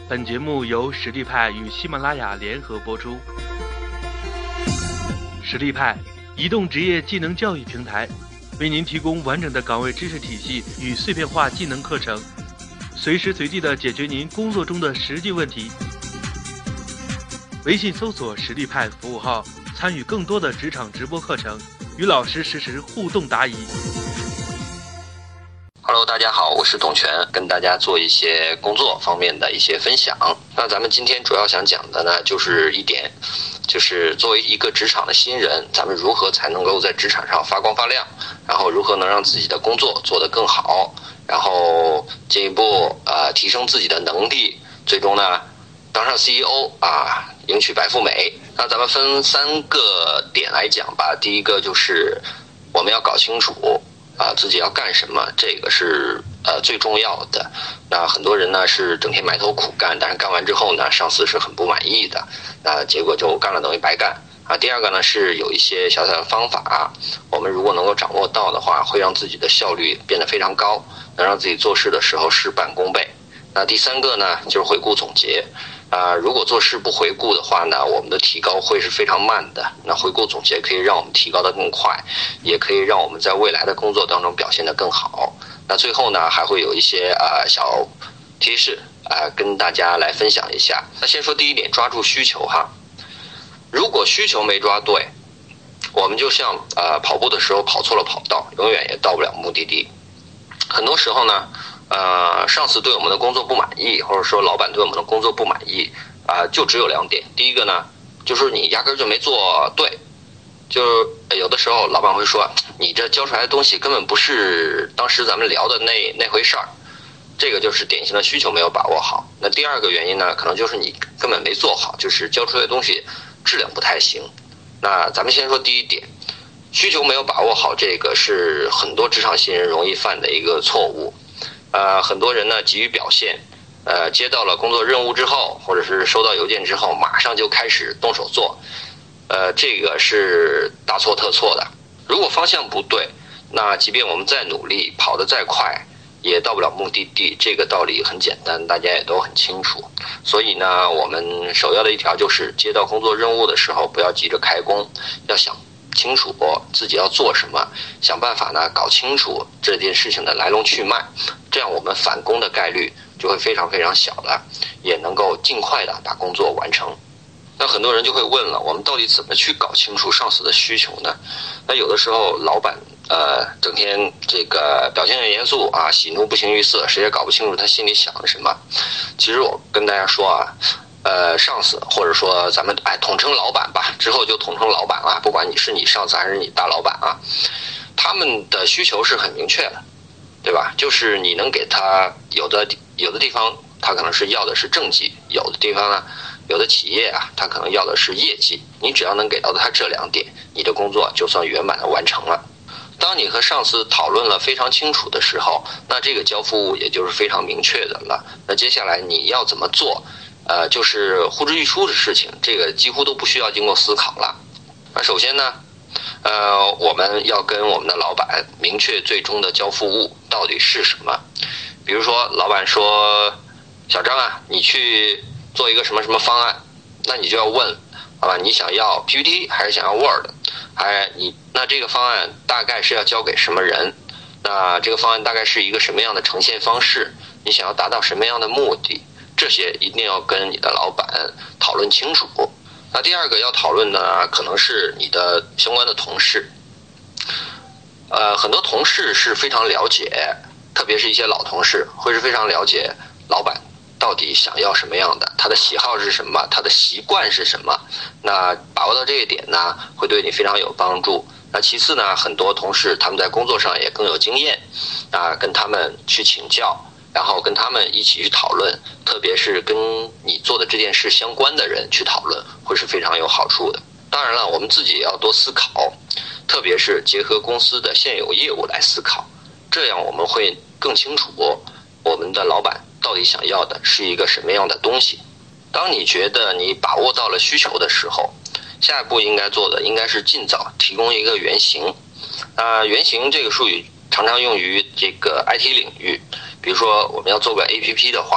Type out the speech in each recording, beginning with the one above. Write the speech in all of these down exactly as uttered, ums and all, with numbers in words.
本节目由实力派与喜马拉雅联合播出。实力派，移动职业技能教育平台，为您提供完整的岗位知识体系与碎片化技能课程，随时随地的解决您工作中的实际问题。微信搜索实力派服务号，参与更多的职场直播课程，与老师实时互动答疑。 Hello， 大家好，我是董全，跟大家做一些工作方面的一些分享。那咱们今天主要想讲的呢，就是一点，就是作为一个职场的新人，咱们如何才能够在职场上发光发亮，然后如何能让自己的工作做得更好，然后进一步呃提升自己的能力，最终呢当上 C E O 啊，迎娶白富美。那咱们分三个点来讲吧。第一个就是我们要搞清楚啊，自己要干什么，这个是呃最重要的。那很多人呢是整天埋头苦干，但是干完之后呢，上司是很不满意的，那结果就干了等于白干啊。第二个呢是有一些小小的方法，我们如果能够掌握到的话，会让自己的效率变得非常高，能让自己做事的时候事半功倍。那第三个呢就是回顾总结。啊、呃，如果做事不回顾的话呢，我们的提高会是非常慢的。那回顾总结可以让我们提高得更快，也可以让我们在未来的工作当中表现得更好。那最后呢，还会有一些呃小提示啊、呃，跟大家来分享一下。那先说第一点，抓住需求哈。如果需求没抓对，我们就像呃跑步的时候跑错了跑道，永远也到不了目的地。很多时候呢。呃，上司对我们的工作不满意，或者说老板对我们的工作不满意，啊、呃，就只有两点。第一个呢，就是你压根儿就没做对，就有的时候老板会说，你这交出来的东西根本不是当时咱们聊的那那回事儿，这个就是典型的需求没有把握好。那第二个原因呢，可能就是你根本没做好，就是交出来的东西质量不太行。那咱们先说第一点，需求没有把握好，这个是很多职场新人容易犯的一个错误。呃，很多人呢急于表现，呃，接到了工作任务之后，或者是收到邮件之后，马上就开始动手做，呃，这个是大错特错的。如果方向不对，那即便我们再努力，跑得再快，也到不了目的地。这个道理很简单，大家也都很清楚。所以呢，我们首要的一条就是接到工作任务的时候，不要急着开工，要想清楚自己要做什么，想办法呢搞清楚这件事情的来龙去脉，这样我们返工的概率就会非常非常小了，也能够尽快的把工作完成。那很多人就会问了，我们到底怎么去搞清楚上司的需求呢？那有的时候老板呃整天这个表现很严肃啊，喜怒不形于色，谁也搞不清楚他心里想的什么。其实我跟大家说啊，呃，上司或者说咱们哎统称老板吧，之后就统称老板啊，不管你是你上司还是你大老板啊，他们的需求是很明确的，对吧？就是你能给他有的有的地方他可能是要的是政绩，有的地方呢，有的企业啊，他可能要的是业绩，你只要能给到他这两点，你的工作就算圆满的完成了。当你和上司讨论了非常清楚的时候，那这个交付物也就是非常明确的了。那接下来你要怎么做？呃，就是呼之欲出的事情，这个几乎都不需要经过思考了。那首先呢，呃，我们要跟我们的老板明确最终的交付物到底是什么。比如说，老板说：“小张啊，你去做一个什么什么方案。”那你就要问，好吧，你想要 P P T 还是想要 Word？ 还你那这个方案大概是要交给什么人？那这个方案大概是一个什么样的呈现方式？你想要达到什么样的目的？这些一定要跟你的老板讨论清楚。那第二个要讨论的可能是你的相关的同事。呃，很多同事是非常了解，特别是一些老同事，会是非常了解老板到底想要什么样的，他的喜好是什么，他的习惯是什么。那把握到这一点呢，会对你非常有帮助。那其次呢，很多同事他们在工作上也更有经验，啊，跟他们去请教。然后跟他们一起去讨论，特别是跟你做的这件事相关的人去讨论，会是非常有好处的。当然了，我们自己也要多思考，特别是结合公司的现有业务来思考，这样我们会更清楚我们的老板到底想要的是一个什么样的东西。当你觉得你把握到了需求的时候，下一步应该做的应该是尽早提供一个原型。啊、呃，原型这个术语常常用于这个 I T 领域。比如说我们要做个 A P P 的话，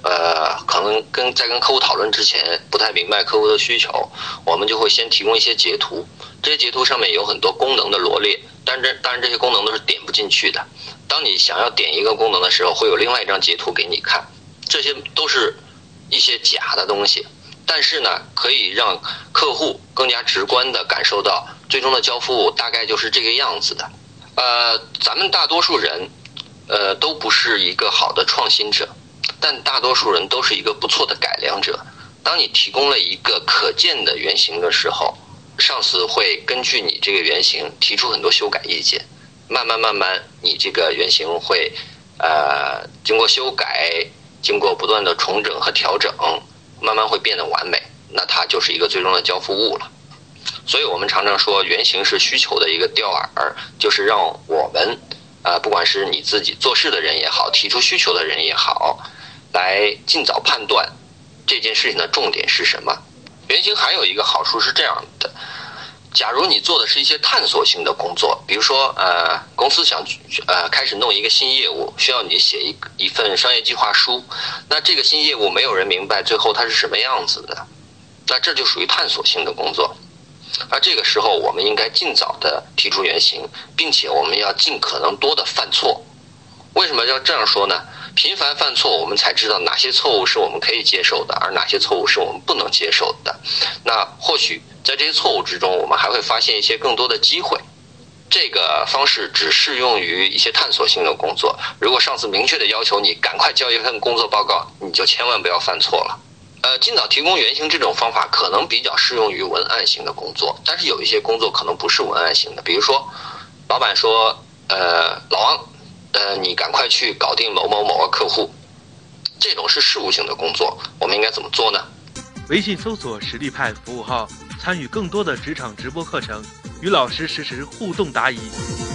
呃，可能跟在跟客户讨论之前不太明白客户的需求，我们就会先提供一些截图，这些截图上面有很多功能的罗列，但这当然这些功能都是点不进去的。当你想要点一个功能的时候，会有另外一张截图给你看，这些都是一些假的东西，但是呢，可以让客户更加直观地感受到最终的交付物大概就是这个样子的。呃，咱们大多数人，呃，都不是一个好的创新者，但大多数人都是一个不错的改良者。当你提供了一个可见的原型的时候，上司会根据你这个原型提出很多修改意见，慢慢慢慢，你这个原型会，呃，经过修改，经过不断的重整和调整，慢慢会变得完美，那它就是一个最终的交付物了。所以我们常常说，原型是需求的一个钓饵，就是让我们，呃，不管是你自己做事的人也好，提出需求的人也好，来尽早判断这件事情的重点是什么。原型还有一个好处是这样的，假如你做的是一些探索性的工作，比如说呃，公司想呃开始弄一个新业务，需要你写一一份商业计划书，那这个新业务没有人明白最后它是什么样子的，那这就属于探索性的工作。而这个时候我们应该尽早的提出原型，并且我们要尽可能多的犯错。为什么要这样说呢？频繁犯错，我们才知道哪些错误是我们可以接受的，而哪些错误是我们不能接受的。那或许在这些错误之中，我们还会发现一些更多的机会。这个方式只适用于一些探索性的工作。如果上司明确的要求你赶快交一份工作报告，你就千万不要犯错了。呃，尽早提供原型这种方法可能比较适用于文案型的工作，但是有一些工作可能不是文案型的，比如说，老板说，呃，老王，呃，你赶快去搞定某某某个客户，这种是事务性的工作，我们应该怎么做呢？ 微信搜索实力派服务号，参与更多的职场直播课程，与老师实时互动答疑。